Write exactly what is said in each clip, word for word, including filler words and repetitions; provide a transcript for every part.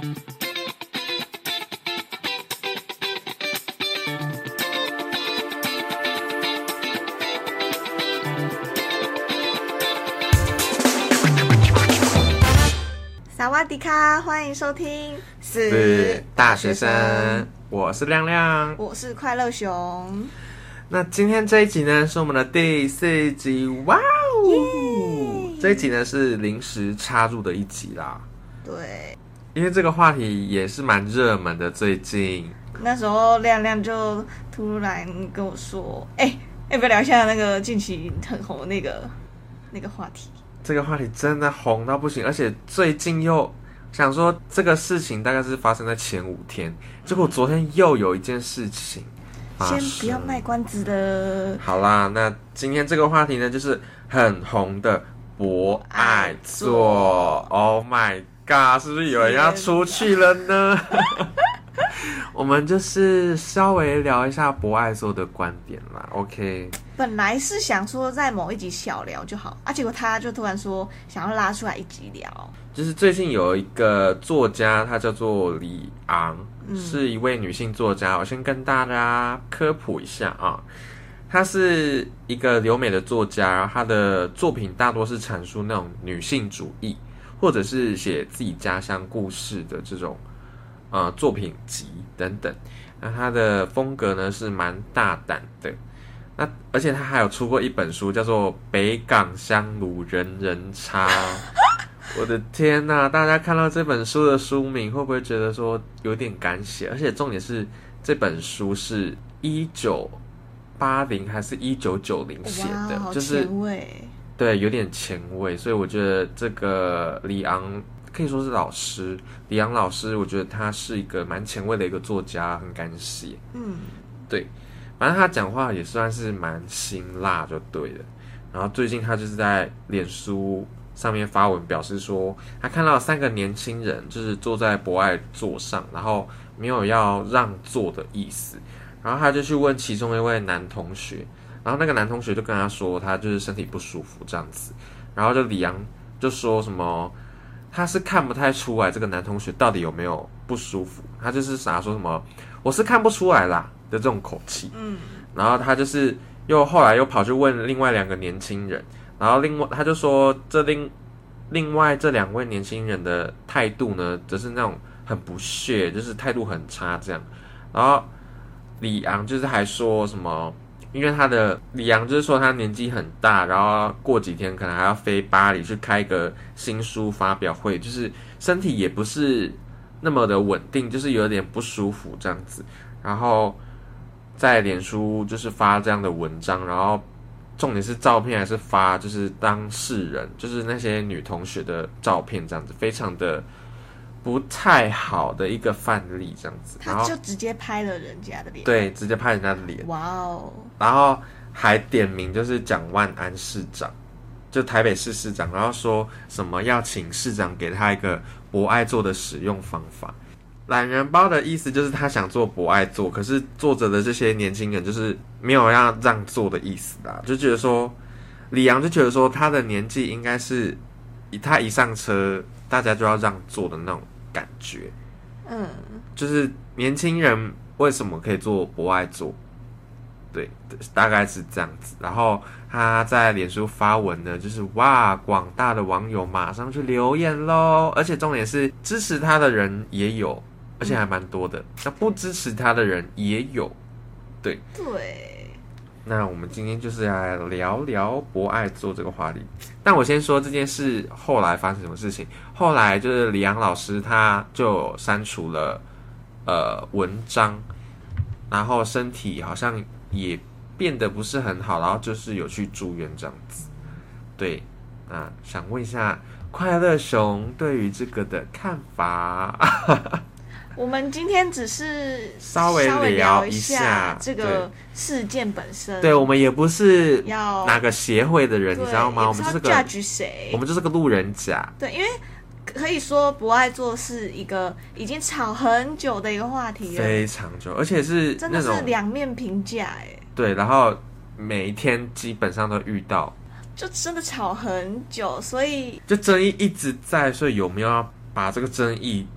萨瓦迪卡，欢迎收听是大学生，我是亮亮， 我是快乐熊。 那今天这一集呢，是我们的第四集，哇哦！ Yeah! 这一集呢是临时插入的一集啦。 对， 因为这个话题也是蛮热门的，最近。 那时候亮亮就突然跟我说：“哎、欸，要不要聊一下那个近期很红的那个那个话题？” 这个话题真的红到不行，而且最近又想说这个事情大概是发生在前五天，结果昨天又有一件事情发生。 先不要卖关子了。 好啦，那今天这个话题呢，就是很红的博爱座。Oh my god， 是不是有人要出去了呢？我们就是稍微聊一下博爱座的观点啦 ，OK。 本来是想说在某一集小聊就好，啊，结果他就突然说想要拉出来一集聊。 就是最近有一个作家，他叫做李昂， 嗯、 是一位女性作家。我先跟大家科普一下啊，她是一个留美的作家，她的作品大多是阐述那种女性主义，或者是写自己家乡故事的这种呃作品集等等。那她的风格呢是蛮大胆的。那而且他还有出过一本书，叫做《北港香炉人人差》。我的天哪！大家看到这本书的书名，会不会觉得说有点敢写？而且重点是，这本书是一九八零还是一九九零写的， 哇， 就是前卫， 对，有点前卫。所以我觉得这个李昂可以说是老师，李昂老师，我觉得他是一个蛮前卫的一个作家，很敢写。 嗯， 对。反正他讲话也算是蛮辛辣就对了，然后最近他就是在脸书上面发文表示说，他看到三个年轻人就是坐在博爱座上，然后没有要让座的意思，然后他就去问其中一位男同学，然后那个男同学就跟他说他就是身体不舒服这样子，然后就李阳就说什么他是看不太出来这个男同学到底有没有不舒服，他就是傻说什么我是看不出来啦的这种口气， 嗯， 然后他就是又后来又跑去问另外两个年轻人，然后另外他就说这另另外这两位年轻人的态度呢，则是那种很不屑，就是态度很差这样。然后李昂就是还说什么，因为他的李昂就是说他年纪很大，然后过几天可能还要飞巴黎去开一个新书发表会，就是身体也不是那么的稳定，就是有点不舒服这样子，然后在脸书就是发这样的文章，然后重点是照片还是发就是当事人，就是那些女同学的照片这样子，非常的不太好的一个范例这样子。 他就直接拍了人家的脸， 对，直接拍人家的脸。 哇哦！ 然后还点名就是蒋万安市长，就台北市市长，然后说什么要请市长给他一个博爱座的使用方法。懒人包的意思就是他想做博爱座，可是坐着的这些年轻人就是没有要让座的意思啦，就觉得说李阳就觉得说他的年纪应该是他一上车大家就要让座的那种感觉， 嗯， 就是年轻人为什么可以做博爱座？对，大概是这样子。然后他在脸书发文呢，就是哇，广大的网友马上去留言咯，而且重点是支持他的人也有，而且还蛮多的。那不支持他的人也有，对对。 那我们今天就是来聊聊博爱座这个话题。但我先说这件事后来发生什么事情。后来就是李阳老师他就删除了呃文章，然后身体好像也变得不是很好，然后就是有去住院这样子。对，那想问一下快乐熊对于这个的看法？ 我们今天只是稍微聊一下这个事件本身。 对，我们也不是要哪个协会的人，你知道吗？我们就是个 judge 谁， 我们就是个路人甲。 对，因为可以说博爱座是一个已经吵很久的一个话题了， 非常久，而且是真的是两面评价哎。 对，然后每一天基本上都遇到， 就真的吵很久，所以就争议一直在，所以有没有要把这个争议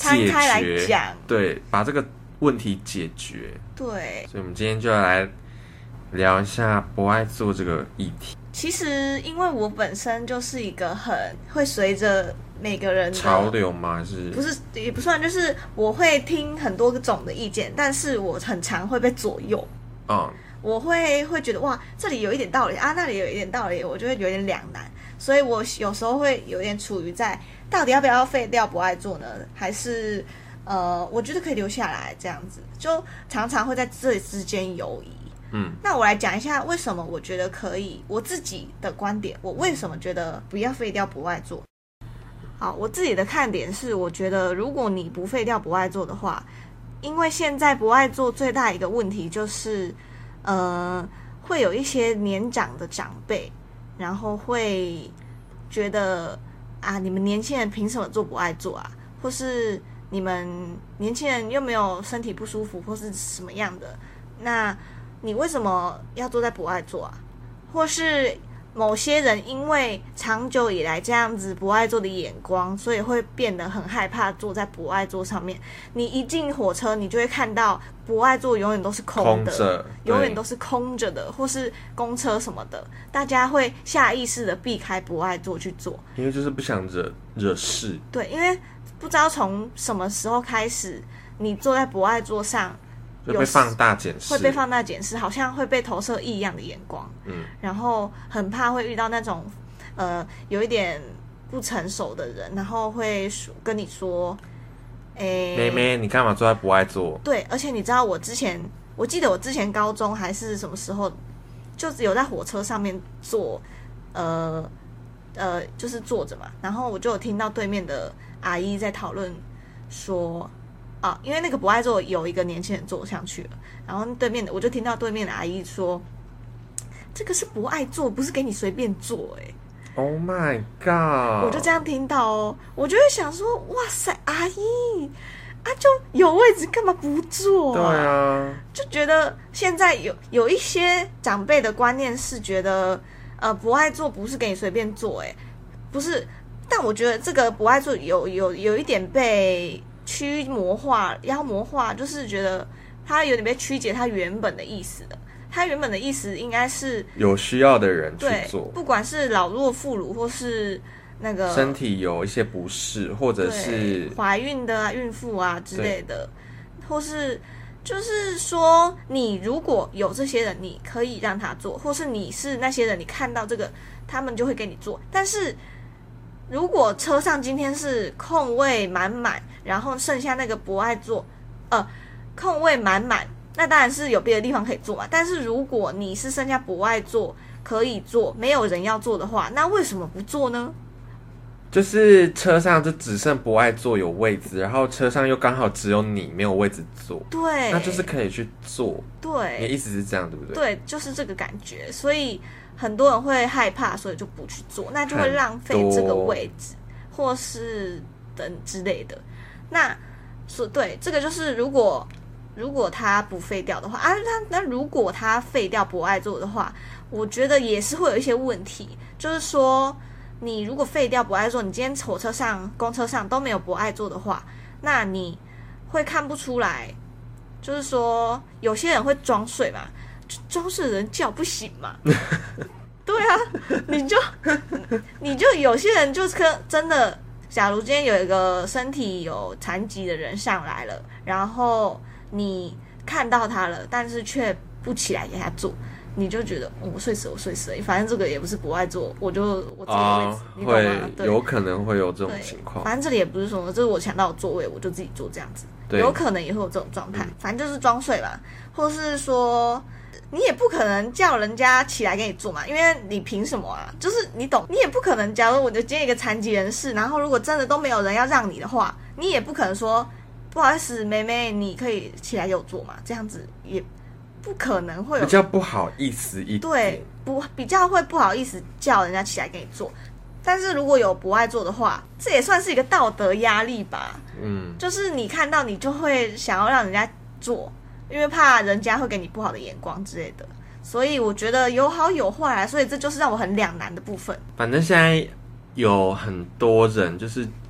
摊开来讲， 对，把这个问题解决。 对， 所以我们今天就要来聊一下不爱做这个议题。 其实因为我本身就是一个很会随着每个人的潮流吗？还是不是也不算，就是我会听很多种的意见，但是我很常会被左右。 嗯， 我会会觉得哇，这里有一点道理啊，那里有一点道理，我就会有点两难，所以我有时候会有点处于在到底要不要废掉不爱做呢，还是呃，我觉得可以留下来这样子，就常常会在这之间游移。 嗯， 那我来讲一下为什么我觉得可以，我自己的观点，我为什么觉得不要废掉不爱做。好，我自己的看点是，我觉得如果你不废掉不爱做的话，因为现在不爱做最大一个问题就是，呃，会有一些年长的长辈，然后会觉得啊，你们年轻人凭什么做不爱做啊？或是你们年轻人又没有身体不舒服，或是什么样的？那你为什么要坐在不爱做啊？或是某些人因为长久以来这样子不爱做的眼光，所以会变得很害怕坐在不爱做上面。你一进火车，你就会看到不爱做永远都是空的， 空着， 永远都是空着的，或是公车什么的，大家会下意识的避开不爱做去做， 因为就是不想惹惹事。 对，因为不知道从什么时候开始，你坐在不爱做上。 会被放大检视， 会被放大检视，好像会被投射异样的眼光， 嗯， 然后很怕会遇到那种呃有一点不成熟的人，然后会跟你说，诶， 妹妹，你干嘛坐在不爱做？ 对，而且你知道我之前，我记得我之前高中还是什么时候，就有在火车上面坐，呃呃，就是坐着嘛，然后我就有听到对面的阿姨在讨论说。啊，因为那个不爱做有一个年轻人坐上去了，然后对面的我就听到对面的阿姨说，这个是不爱做，不是给你随便做哎、欸。 Oh my god！ 我就这样听到哦，我就会想说，哇塞，阿姨啊，就有位置干嘛不坐、 啊？对啊， 就觉得现在有有一些长辈的观念是觉得，呃，不爱做不是给你随便做哎、欸，不是，但我觉得这个不爱做有有有一点被。驱魔化、妖魔化，就是觉得它有点被曲解它原本的意思的。它原本的意思应该是有需要的人去做， 不管是老弱妇孺，或是那个身体有一些不适，或者是怀孕的啊、孕妇啊之类的，或是就是说，你如果有这些人，你可以让他做，或是你是那些人，你看到这个，他们就会给你做，但是。如果车上今天是空位满满，然后剩下那个不爱坐，呃，空位满满，那当然是有别的地方可以坐嘛。但是如果你是剩下不爱坐可以坐，没有人要坐的话，那为什么不坐呢？ 就是车上就只剩不爱坐有位置，然后车上又刚好只有你没有位置坐， 对， 那就是可以去坐。 对， 你的意思是这样对不对？ 对，就是这个感觉，所以。很多人会害怕，所以就不去做，那就会浪费这个位置，或是等之类的。那说对，这个就是如果如果他不废掉的话啊，那那如果他废掉不爱做的话，我觉得也是会有一些问题。就是说，你如果废掉不爱做，你今天火车上、公车上都没有不爱做的话，那你会看不出来。就是说，有些人会装睡嘛。装睡的人叫不醒嘛？对啊，你就你就有些人就是真的，假如今天有一个身体有残疾的人上来了，然后你看到他了，但是却不起来给他做，你就觉得、哦、我睡死我睡死了，反正这个也不是不爱做，我就我自己的位置，哦、你懂吗？ 会有可能会有这种情况。 反正这里也不是说这是我抢到的座位，我就自己坐这样子，有可能也会有这种状态。嗯、反正就是装睡嘛，或是说。你也不可能叫人家起来给你做嘛，因为你凭什么啊？就是你懂，你也不可能。假如我就今天一个残疾人士，然后如果真的都没有人要让你的话，你也不可能说不好意思，妹妹，你可以起来给我做嘛？这样子也不可能会有比较不好意思一点， 对，不比较会不好意思叫人家起来给你做。但是如果有不爱做的话，这也算是一个道德压力吧。嗯，就是你看到你就会想要让人家做。因为怕人家会给你不好的眼光之类的，所以我觉得有好有坏啊，所以这就是让我很两难的部分。 反正现在有很多人就是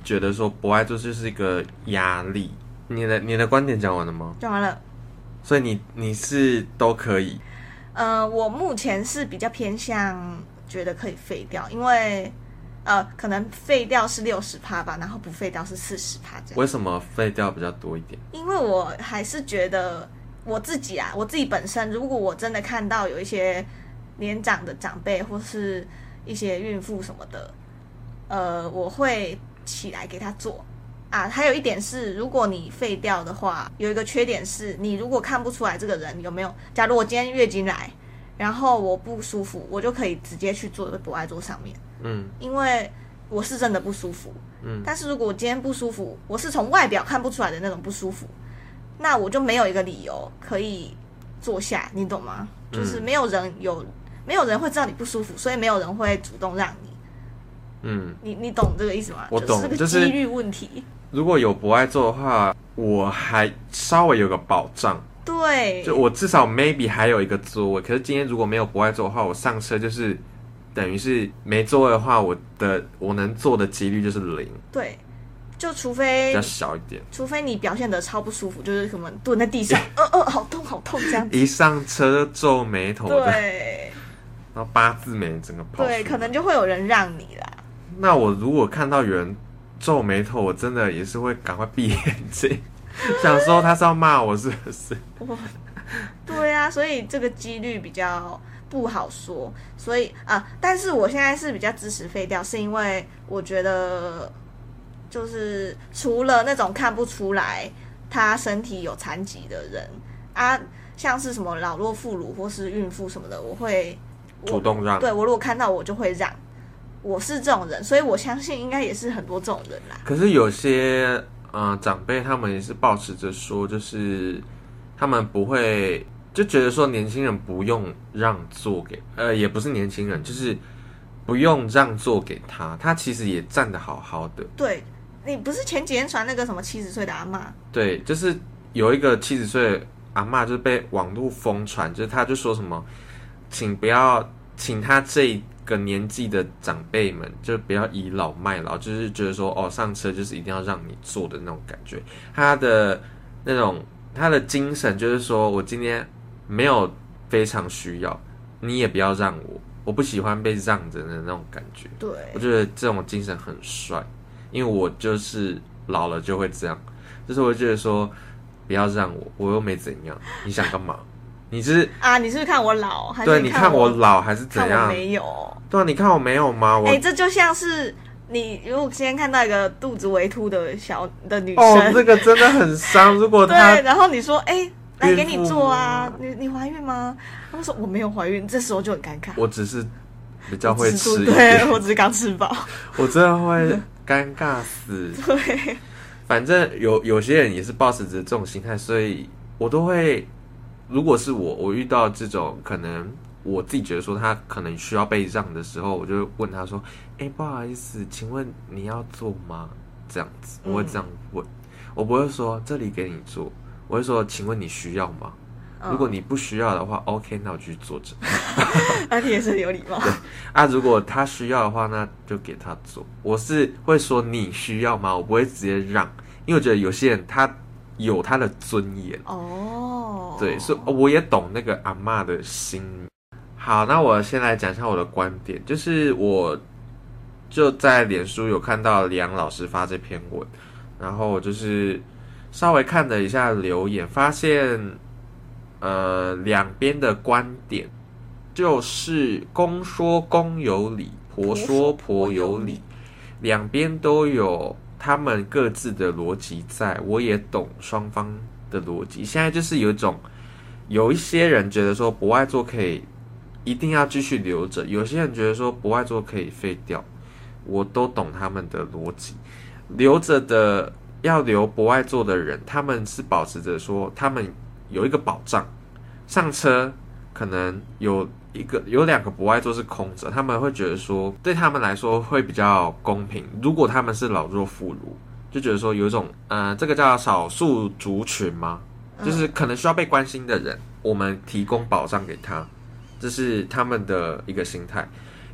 觉得说不爱做就是一个压力。你的你的观点讲完了吗？ 讲完了。 所以你你是都可以？ 呃，我目前是比较偏向觉得可以废掉，因为呃，可能废掉是六十趴吧，然后不废掉是四十趴这样。 为什么废掉比较多一点？ 因为我还是觉得我自己啊，我自己本身，如果我真的看到有一些年长的长辈或是一些孕妇什么的，呃，我会起来给他做啊。还有一点是，如果你废掉的话，有一个缺点是，你如果看不出来这个人有没有，假如我今天月经来，然后我不舒服，我就可以直接去做不爱做上面。嗯，因为我是真的不舒服。嗯，但是如果我今天不舒服，我是从外表看不出来的那种不舒服，那我就没有一个理由可以坐下，你懂吗？就是没有人有，没有人会知道你不舒服，所以没有人会主动让你。嗯，你你懂这个意思吗？ 我懂， 就是个几率问题。就是、 如果有不爱做的话，我还稍微有个保障。 对， 就我至少 maybe 还有一个座位。可是今天如果没有不爱做的话，我上车就是等于是没座位的话，我的我能坐的几率就是零。 对。就除非比较小一点， 除非你表现得超不舒服，就是可能蹲在地上，呃呃，好痛好痛这样子。 一上车就皱眉头， 对， 然后八字眉整个跑出来， 对，可能就会有人让你啦。 那我如果看到有人皱眉头，我真的也是会赶快闭眼睛，想说他是要骂我是不是？ 对啊，所以这个几率比较不好说。所以啊、呃，但是我现在是比较支持废掉，是因为我觉得。就是除了那种看不出来他身体有残疾的人啊，像是什么老弱妇孺或是孕妇什么的，我会主动让。 对，我如果看到我就会让，我是这种人，所以我相信应该也是很多这种人啦。 可是有些呃长辈他们也是抱持着说，就是他们不会就觉得说年轻人不用让座给，呃，也不是年轻人，就是不用让座给他，他其实也站得好好的。 对。你不是前几天传那个什么七十岁的阿嬷？ 对，就是有一个七十岁的阿嬷，就是被网络疯传，就是他就说什么，请不要，请他这个年纪的长辈们，就不要倚老卖老，就是觉得说哦，上车就是一定要让你坐的那种感觉。他的那种他的精神就是说我今天没有非常需要，你也不要让我，我不喜欢被让着的那种感觉。 对， 我觉得这种精神很帅。因为我就是老了就会这样，就是我觉得说不要让我，我又没怎样，你想干嘛？你是啊？你是不是看我老？还是对，你看我老还是怎样？ 看我没有。 对啊，你看我没有吗？我哎、欸，这就像是你如果今天看到一个肚子微凸的小的女生， 哦，这个真的很伤。如果她对，然后你说哎、欸，来给你做啊，你你怀孕吗？他说我没有怀孕，这时候就很尴尬。 我只是比较会吃一点， 对，我只是刚吃饱， 我真的会。尴尬死， 对， 反正有有些人也是抱持着这种心态，所以我都会，如果是我，我遇到这种可能我自己觉得说他可能需要被让的时候，我就问他说：“哎、欸，不好意思，请问你要做吗？”这样子，我会这样问，嗯、我不会说这里给你做，我会说：“请问你需要吗？”如果你不需要的话 ，OK， 那我就去坐着。 那你也是有礼貌。 对啊，如果他需要的话，那就给他做。我是会说你需要吗？我不会直接让，因为我觉得有些人他有他的尊严。哦，对，所以我也懂那个阿嬷的心。好，那我先来讲一下我的观点，就是我就在脸书有看到李阳老师发这篇文，然后我就是稍微看了一下留言，发现。呃，两边的观点就是公说公有理，婆说婆有理，两边都有他们各自的逻辑在，我也懂双方的逻辑。现在就是有一种，有一些人觉得说不爱做可以一定要继续留着，有些人觉得说不爱做可以废掉，我都懂他们的逻辑。留着的要留不爱做的人，他们是保持着说他们。有一个保障，上车可能有一个有两个不爱做是空着，他们会觉得说对他们来说会比较公平。如果他们是老弱妇孺，就觉得说有一种呃，这个叫少数族群吗？就是可能需要被关心的人，我们提供保障给他，这是他们的一个心态。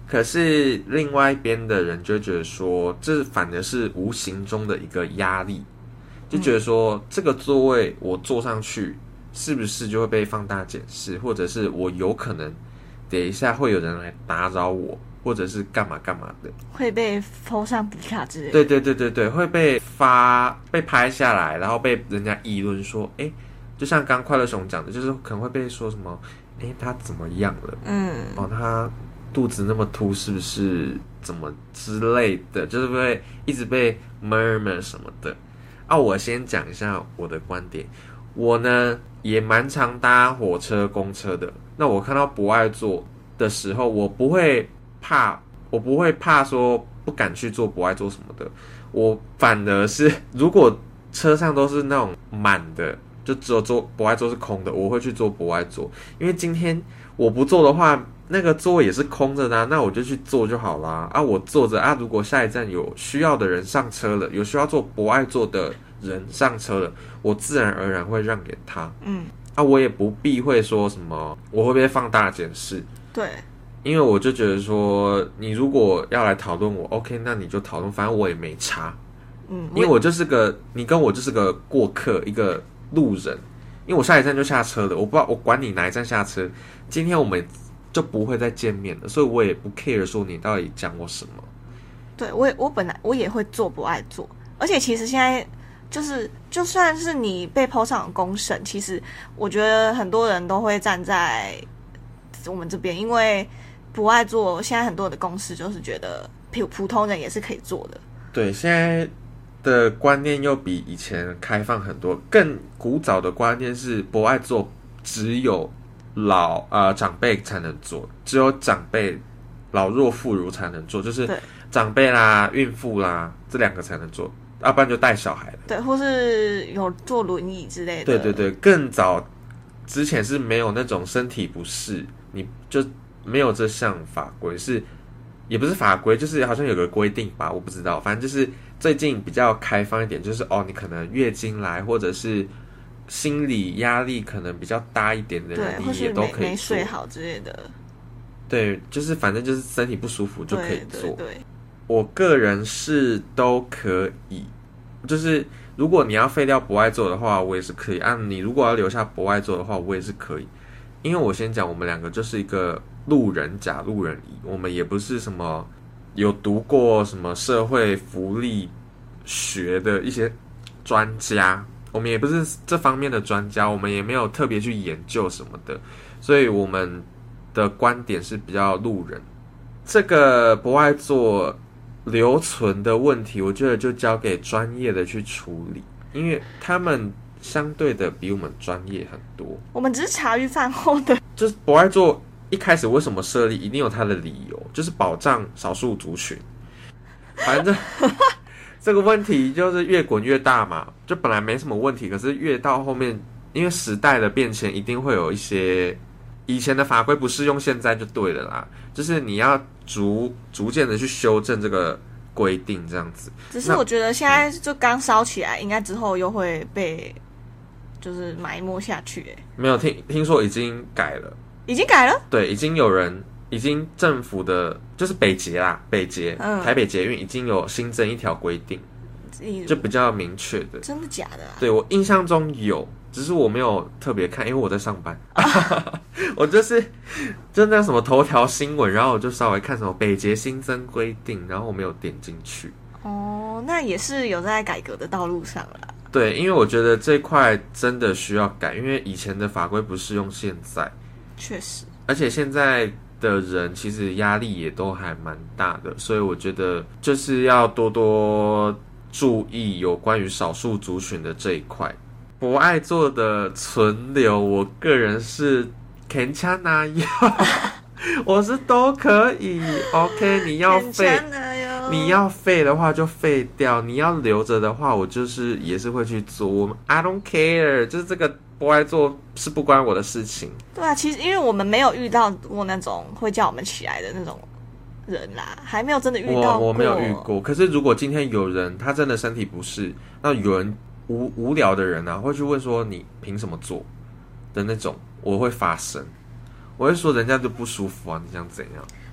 可是另外一边的人就会觉得说，这反而是无形中的一个压力，就觉得说、嗯、这个座位我坐上去是不是就会被放大检视，或者是我有可能等一下会有人来打扰我，或者是干嘛干嘛的， 会被 po 上迪卡之类的。 对对对对对，会被发被拍下来，然后被人家议论说，哎，就像刚快乐熊讲的，就是可能会被说什么，哎，他怎么样了？嗯，哦，他肚子那么凸，是不是怎么之类的，就是会一直被 murmur 什么的。啊，我先讲一下我的观点，我呢也蛮常搭火车、公车的。那我看到博爱座的时候，我不会怕，我不会怕说不敢去坐博爱座什么的。我反而是，如果车上都是那种满的，就只有坐博爱座是空的，我会去坐博爱座，因为今天我不坐的话，那个座位也是空着的、啊，那我就去坐就好啦。啊，我坐着啊，如果下一站有需要的人上车了，有需要坐博爱座的人上车了，我自然而然会让给他。嗯，啊，我也不避讳说什么我会被放大检视。 对， 因为我就觉得说，你如果要来讨论我 ，OK， 那你就讨论，反正我也没差。嗯，因为我就是个，你跟我就是个过客，一个路人。因为我下一站就下车了，我不知道，我管你哪一站下车，今天我们就不会再见面了，所以我也不 care 说你到底讲我什么。 对，我也我本来我也会做不爱做，而且其实现在就是就算是你被 po 上的公审，其实我觉得很多人都会站在我们这边，因为不爱做，现在很多的公司就是觉得普普通人也是可以做的。 对，现在的观念又比以前开放很多，更古早的观念是不爱做只有老呃长辈才能做，只有长辈老弱妇孺才能做，就是长辈啦、孕妇啦这两个才能做，要、啊、不然就带小孩的， 对，或是有坐轮椅之类的。 对对对，更早之前是没有那种身体不适，你就没有这项法规，是也不是法规，就是好像有个规定吧，我不知道，反正就是最近比较开放一点，就是哦，你可能月经来，或者是心理压力可能比较大一点的人，你也都可以做， 没睡好之类的。 对，就是反正就是身体不舒服就可以做。 对对对， 我个人是都可以，就是如果你要废掉不爱做的话，我也是可以；啊，你如果要留下不爱做的话，我也是可以。因为我先讲，我们两个就是一个路人甲路人乙，我们也不是什么有读过什么社会福利学的一些专家，我们也不是这方面的专家，我们也没有特别去研究什么的，所以我们的观点是比较路人。这个不爱做留存的问题，我觉得就交给专业的去处理，因为他们相对的比我们专业很多。 我们只是茶余饭后的， 就是不爱做一开始为什么设立，一定有它的理由，就是保障少数族群。反正这个问题就是越滚越大嘛，就本来没什么问题，可是越到后面，因为时代的变迁，一定会有一些以前的法规不适用，现在就对了啦。就是你要逐逐渐的去修正这个规定，这样子。 只是我觉得现在就刚烧起来，应该之后又会被就是埋没下去。哎， 没有听听说已经改了， 已经改了。 对，已经有人，已经政府的就是北捷啦，北捷、嗯、台北捷运已经有新增一条规定，就比较明确的。 真的假的啊？ 对，我印象中有，只是我没有特别看，因为我在上班。我就是就那什么头条新闻，然后我就稍微看什么北捷新增规定，然后我没有点进去。 哦，那也是有在改革的道路上啦。 对，因为我觉得这块真的需要改，因为以前的法规不适用现在。 确实， 而且现在的人其实压力也都还蛮大的，所以我觉得就是要多多注意有关于少数族群的这一块。不爱做的存留，我个人是肯恰拿药，我是都可以。OK， 你要废，你要废的话就废掉；你要留着的话，我就是也是会去做。I don't care， 就是这个不爱做是不关我的事情。 对啊，其实因为我们没有遇到过那种会叫我们起来的那种人啦，还没有真的遇到过。 我我没有遇过。可是如果今天有人他真的身体不适，那有人无无聊的人啊，会去问说你凭什么做的那种，我会发声，我会说人家就不舒服啊，你想怎样？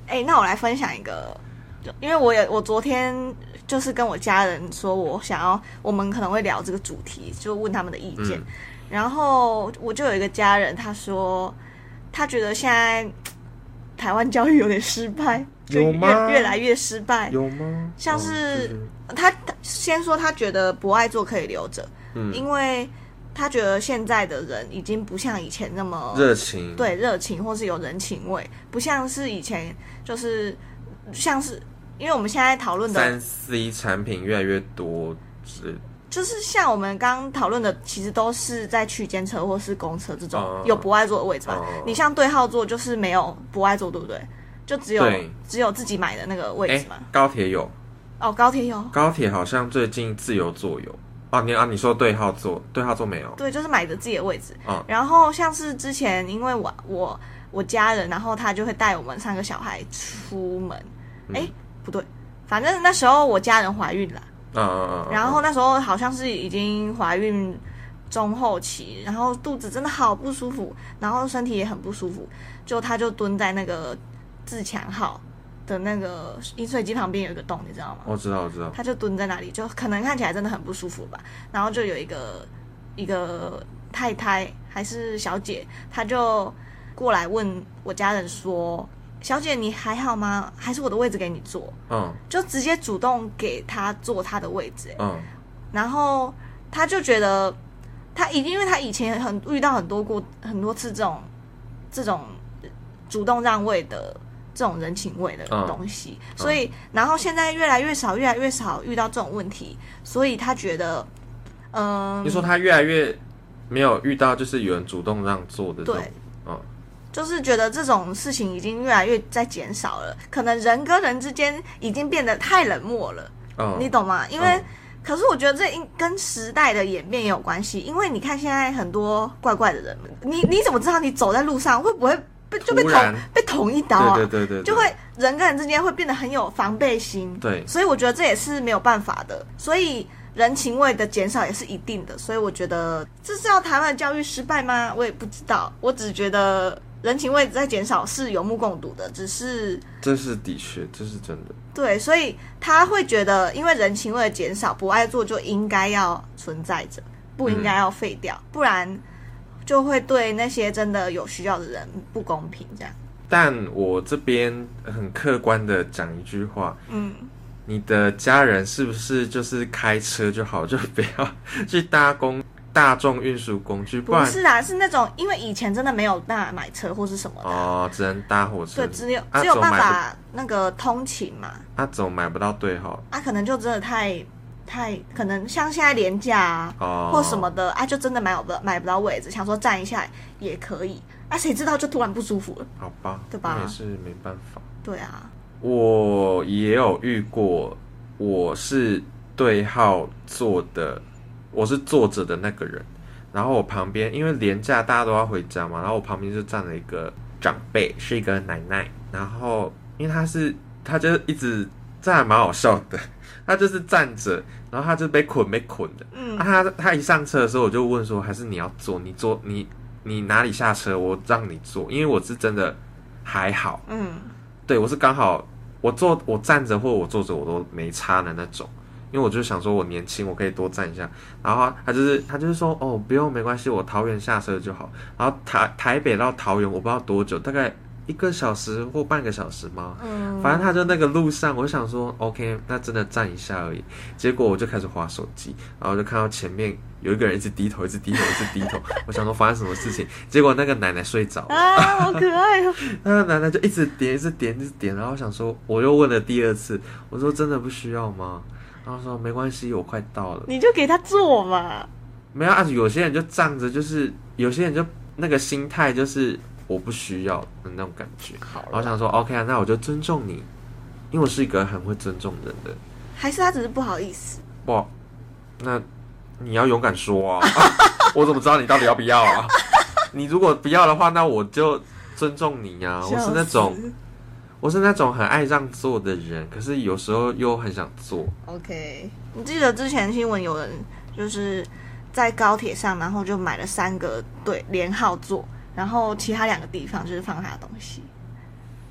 哎、欸，那我来分享一个，因为我也我昨天就是跟我家人说，我想要我们可能会聊这个主题，就问他们的意见。嗯、然后我就有一个家人，他说他觉得现在台湾教育有点失败，就越越来越失败。 有吗？ 像是、哦、他先说他觉得不爱做可以留着，嗯，因为他觉得现在的人已经不像以前那么热情， 对热情或是有人情味，不像是以前就是像是因为我们现在讨论的三 C 产品越来越多，是就是像我们刚刚讨论的，其实都是在区间车或是公车这种有不爱坐的位置吧。Uh, 你像对号座就是没有不爱坐，对不对？就只有只有自己买的那个位置嘛。 高铁有哦，高铁有， 高铁好像最近自由座有。哦，你啊，你说对号座，对号座没有？ 对，就是买着自己的位置。嗯，然后像是之前，因为我我我家人，然后他就会带我们三个小孩出门。哎、嗯，不对，反正那时候我家人怀孕了。嗯嗯嗯。然后那时候好像是已经怀孕中后期，然后肚子真的好不舒服，然后身体也很不舒服，就他就蹲在那个自强号的那个饮水机旁边有一个洞，你知道吗？ 我知道，我知道。 他就蹲在那里，就可能看起来真的很不舒服吧。然后就有一个一个太太还是小姐，她就过来问我家人说：“小姐，你还好吗？还是我的位置给你坐？”嗯，就直接主动给她坐她的位置。嗯，然后她就觉得，她已经因为她以前很遇到很多过很多次这种这种主动让位的。这种人情味的东西，嗯、所以然后现在越来越少，越来越少遇到这种问题，所以他觉得，嗯、呃， 你说他越来越没有遇到，就是有人主动让座的这种， 对，嗯，就是觉得这种事情已经越来越在减少了，可能人跟人之间已经变得太冷漠了，嗯，你懂吗？因为、嗯、可是我觉得这跟时代的演变也有关系，因为你看现在很多怪怪的人，你你怎么知道你走在路上会不会？就被捅被捅一刀啊！ 对对对对， 就会人跟人之间会变得很有防备心。 对， 所以我觉得这也是没有办法的。所以人情味的减少也是一定的。所以我觉得这是要台湾的教育失败吗？我也不知道。我只觉得人情味在减少是有目共睹的，只是这是的确，这是真的。 对，所以他会觉得，因为人情味的减少，不爱做就应该要存在着，不应该要废掉，嗯、不然。就会对那些真的有需要的人不公平，这样。 但我这边很客观的讲一句话， 嗯， 你的家人是不是就是开车就好，就不要去搭公大众运输工具？不然不是啊，是那种因为以前真的没有办法买车或是什么的， 哦，只能搭火车， 对，只有、啊、只有办法那个通勤嘛。 啊，怎么买不到对号？ 啊，可能就真的太。太可能像现在廉价啊，哦、或什么的啊，就真的买不到买不到位置，想说站一下也可以啊，谁知道就突然不舒服了， 好吧， 对吧？ 也是没办法。 对啊， 我也有遇过，我是对号坐的，我是坐着的那个人，然后我旁边因为廉价大家都要回家嘛，然后我旁边就站了一个长辈，是一个奶奶，然后因为他是他就一直这还蛮好笑的。他就是站着，然后他就被捆被捆的。嗯，啊、他他一上车的时候，我就问说，还是你要坐？你坐你你哪里下车？我让你坐，因为我是真的还好。 嗯， 对我是刚好我坐我站着或我坐着我都没差的那种，因为我就想说我年轻，我可以多站一下。然后他就是他就是说哦不用没关系，我桃园下车就好。然后台台北到桃园我不知道多久，大概。一个小时或半个小时吗？嗯，反正他就那个路上，我就想说 ，OK， 那真的站一下而已。结果我就开始滑手机，然后就看到前面有一个人一直低头，一直低头，一直低头。我想说发生什么事情？结果那个奶奶睡着了， 啊，好可爱哦！ 那个奶奶就一直点，一直点，一直点。然后我想说，我又问了第二次，我说真的不需要吗？然后说没关系，我快到了。 你就给他坐嘛。 没有啊，有些人就仗着，就是有些人就那个心态就是。我不需要的那种感觉，然后想说 OK 啊，那我就尊重你，因为我是一个很会尊重人的。 还是他只是不好意思？ 哇，那你要勇敢说啊！我怎么知道你到底要不要啊？你如果不要的话，那我就尊重你呀、啊。我是那种，我是那种很爱让座的人，可是有时候又很想坐。 OK， 你记得之前新闻有人就是在高铁上，然后就买了三个对连号座。然后其他两个地方就是放他的东西，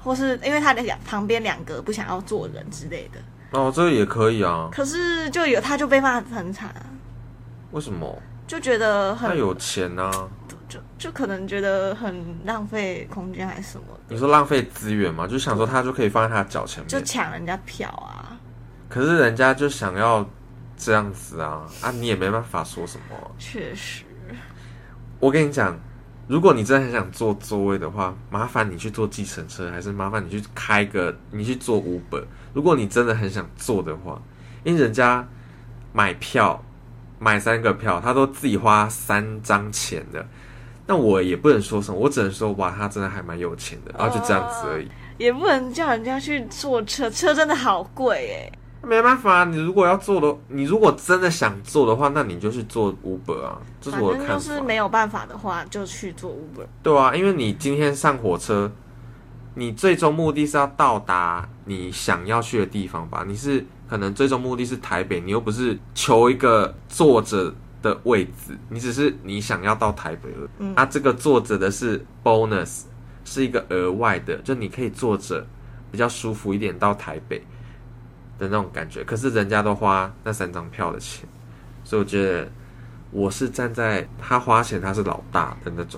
或是因为他的两旁边两个不想要做人之类的。 哦，这个也可以啊。 可是就有他就被骂得很惨啊。 为什么？ 就觉得很他有钱啊， 就就可能觉得很浪费空间还是什么的。 你说浪费资源嘛？就想说他就可以放在他的脚前面， 就抢人家票啊。 可是人家就想要这样子啊啊！你也没办法说什么。 确实， 我跟你讲，如果你真的很想坐座位的话，麻烦你去坐计程车，还是麻烦你去开个，你去坐 Uber。如果你真的很想坐的话，因为人家买票。买三个票，他都自己花三张钱的，那我也不能说什么，我只能说哇，他真的还蛮有钱的，然后就这样子而已。 也不能叫人家去坐车，车真的好贵哎。 没办法，你如果要坐的，你如果真的想坐的话，那你就去坐 Uber 啊，这是我的看法。 反正就是没有办法的话，就去坐 Uber。 对啊，因为你今天上火车，你最终目的是要到达你想要去的地方吧？你是可能最终目的是台北，你又不是求一个坐着的位置，你只是你想要到台北了。嗯、啊，这个坐着的是 bonus， 是一个额外的，就你可以坐着比较舒服一点到台北的那种感觉。可是人家都花那三张票的钱，所以我觉得我是站在他花钱他是老大的那种。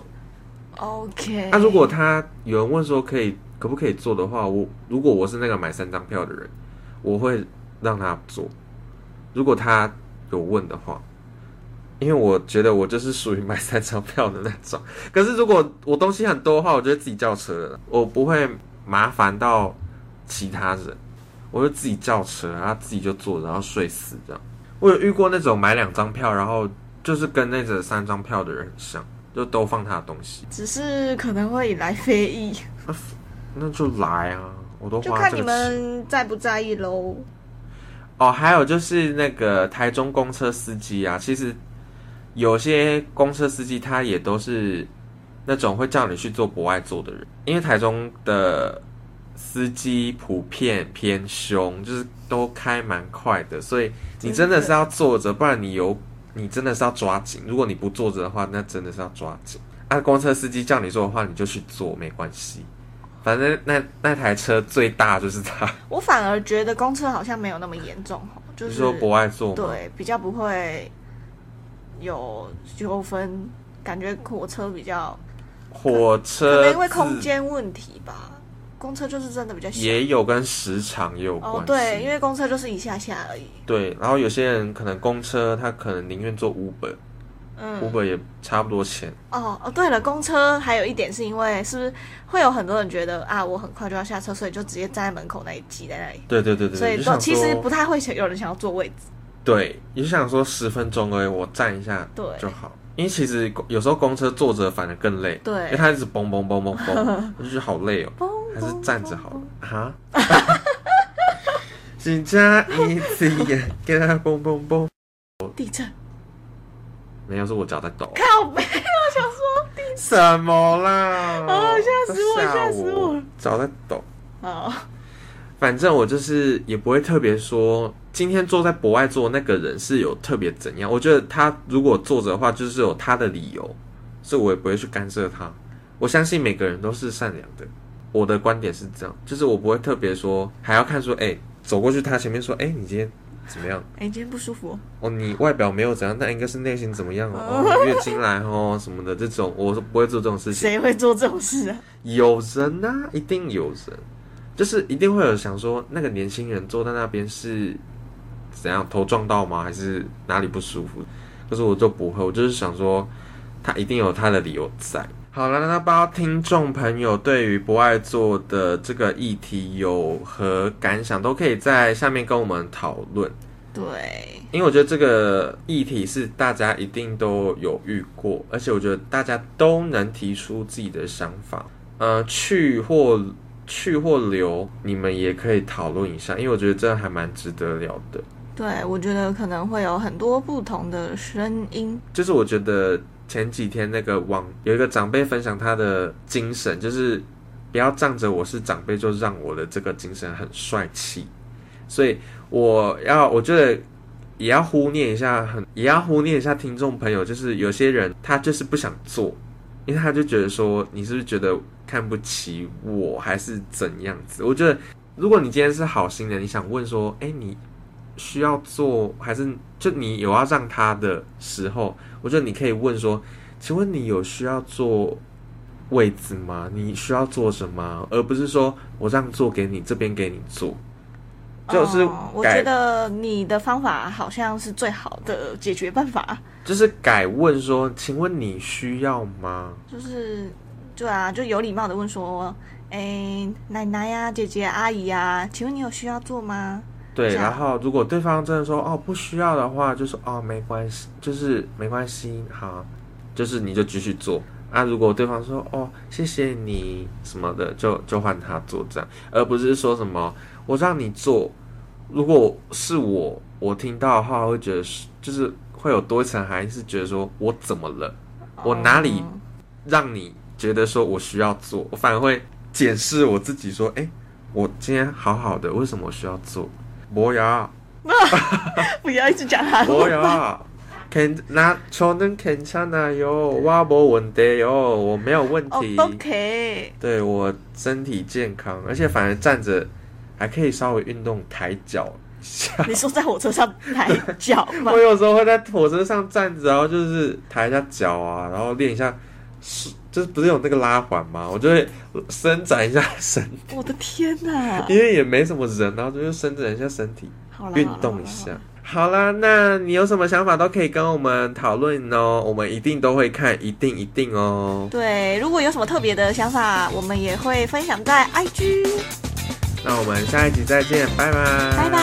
OK， 那、啊、如果他有人问说可以可不可以坐的话，我如果我是那个买三张票的人，我会让他坐。如果他有问的话，因为我觉得我就是属于买三张票的那种。可是如果我东西很多的话，我就会自己叫车了，我不会麻烦到其他人，我就自己叫车，然后自己就坐，然后睡死这样。我有遇过那种买两张票，然后就是跟那个三张票的人很像。就都放他的东西， 只是可能会引来非议。 那, 那就来啊，我都花这个钱。 就看你们在不在意喽。 哦，还有就是那个台中公车司机啊，其实有些公车司机他也都是那种会叫你去做博爱座的人，因为台中的司机普遍偏凶，就是都开蛮快的，所以你真的是要坐着，不然你有。你真的是要抓紧，如果你不坐着的话，那真的是要抓紧。啊，公车司机叫你坐的话，你就去坐，没关系。反正那那台车最大就是它。 我反而觉得公车好像没有那么严重，就是你说博爱座吗？ 对，比较不会有纠纷，感觉火车比较。 火车可能因为空间问题吧。公车就是真的比较小， 也有跟时长也有关系。 哦，对，因为公车就是一下下而已。 对，然后有些人可能公车他可能宁愿坐 Uber， 嗯 ，Uber 也差不多钱。 哦哦，对了，公车还有一点是因为是不是会有很多人觉得啊，我很快就要下车，所以就直接站在门口那一挤在那里。 对对对对， 所以都其实不太会有人想要坐位置。 对，你就想说十分钟而已，我站一下就好。因为其实有时候公车坐着反而更累， 对， 因为它一直嘣嘣嘣嘣嘣，我就觉得好累哦，还是站着好了哈。只加一次眼，给它嘣嘣嘣。 地震？ 没有，是我脚在抖。 靠背，我想说地震什么啦？ 啊！吓死我，吓死我！ 脚在抖。 好， 反正我就是也不会特别说。今天坐在博爱座那个人是有特别怎样？我觉得他如果坐着的话，就是有他的理由，所以我也不会去干涉他。我相信每个人都是善良的，我的观点是这样，就是我不会特别说，还要看说，哎、欸，走过去他前面说，哎、欸，你今天怎么样？ 哎、欸，你今天不舒服哦？ 哦，你外表没有怎样，但应该是内心怎么样哦？哦月经来哦什么的这种，我不会做这种事情。 谁会做这种事啊？ 有人啊，一定有人，就是一定会有想说，那个年轻人坐在那边是。怎样头撞到吗？还是哪里不舒服？可是我就不会，我就是想说，他一定有他的理由在。好了，那不知道听众朋友对于博爱座的这个议题有何感想，都可以在下面跟我们讨论。 对， 因为我觉得这个议题是大家一定都有遇过，而且我觉得大家都能提出自己的想法。呃，去或去或留，你们也可以讨论一下，因为我觉得这还蛮值得聊的。 对，我觉得可能会有很多不同的声音。 就是我觉得前几天那个网有一个长辈分享他的精神，就是不要仗着我是长辈就让我的这个精神很帅气。所以我要，我觉得也要忽略一下，很也要忽略一下听众朋友，就是有些人他就是不想做， 因为他就觉得说你是不是觉得看不起我，还是怎样子？我觉得如果你今天是好心的，你想问说，哎，你需要做还是就你有要让他的时候，我觉得你可以问说，请问你有需要做位置吗？你需要做什么？而不是说我让做给你，这边给你做。就是、 哦、我觉得你的方法好像是最好的解决办法， 就是改问说，请问你需要吗？ 就是对啊，就有礼貌的问说，哎，奶奶呀、啊、姐姐、阿姨呀、啊，请问你有需要做吗？ 对，然后如果对方真的说哦不需要的话，就说哦没关系，就是没关系，好，就是你就继续做。啊，如果对方说哦谢谢你什么的，就就换他做这样，而不是说什么我让你做。如果是我，我听到的话，会觉得就是会有多一层含义，是觉得说我怎么了，我哪里让你觉得说我需要做，我反而会检视我自己，说，哎，我今天好好的，为什么我需要做？不要， 不要一直讲他。 不要。괜 나저는 괜찮아요，我没问题哟，我没有问题。 哦 ，OK。 对我身体健康，而且反而站着还可以稍微运动抬脚一下。 你说在火车上抬脚吗？ 我有时候会在火车上站着，然后就是抬一下脚啊，然后练一下，就是不是有那个拉环吗？我就会伸展一下身体。 我的天哪！ 因为也没什么人，然后就伸展一下身体，运动一下。好啦，那你有什么想法都可以跟我们讨论哦，我们一定都会看，一定一定哦。 对，如果有什么特别的想法，我们也会分享在 I G。 那我们下一集再见，拜拜， 拜拜。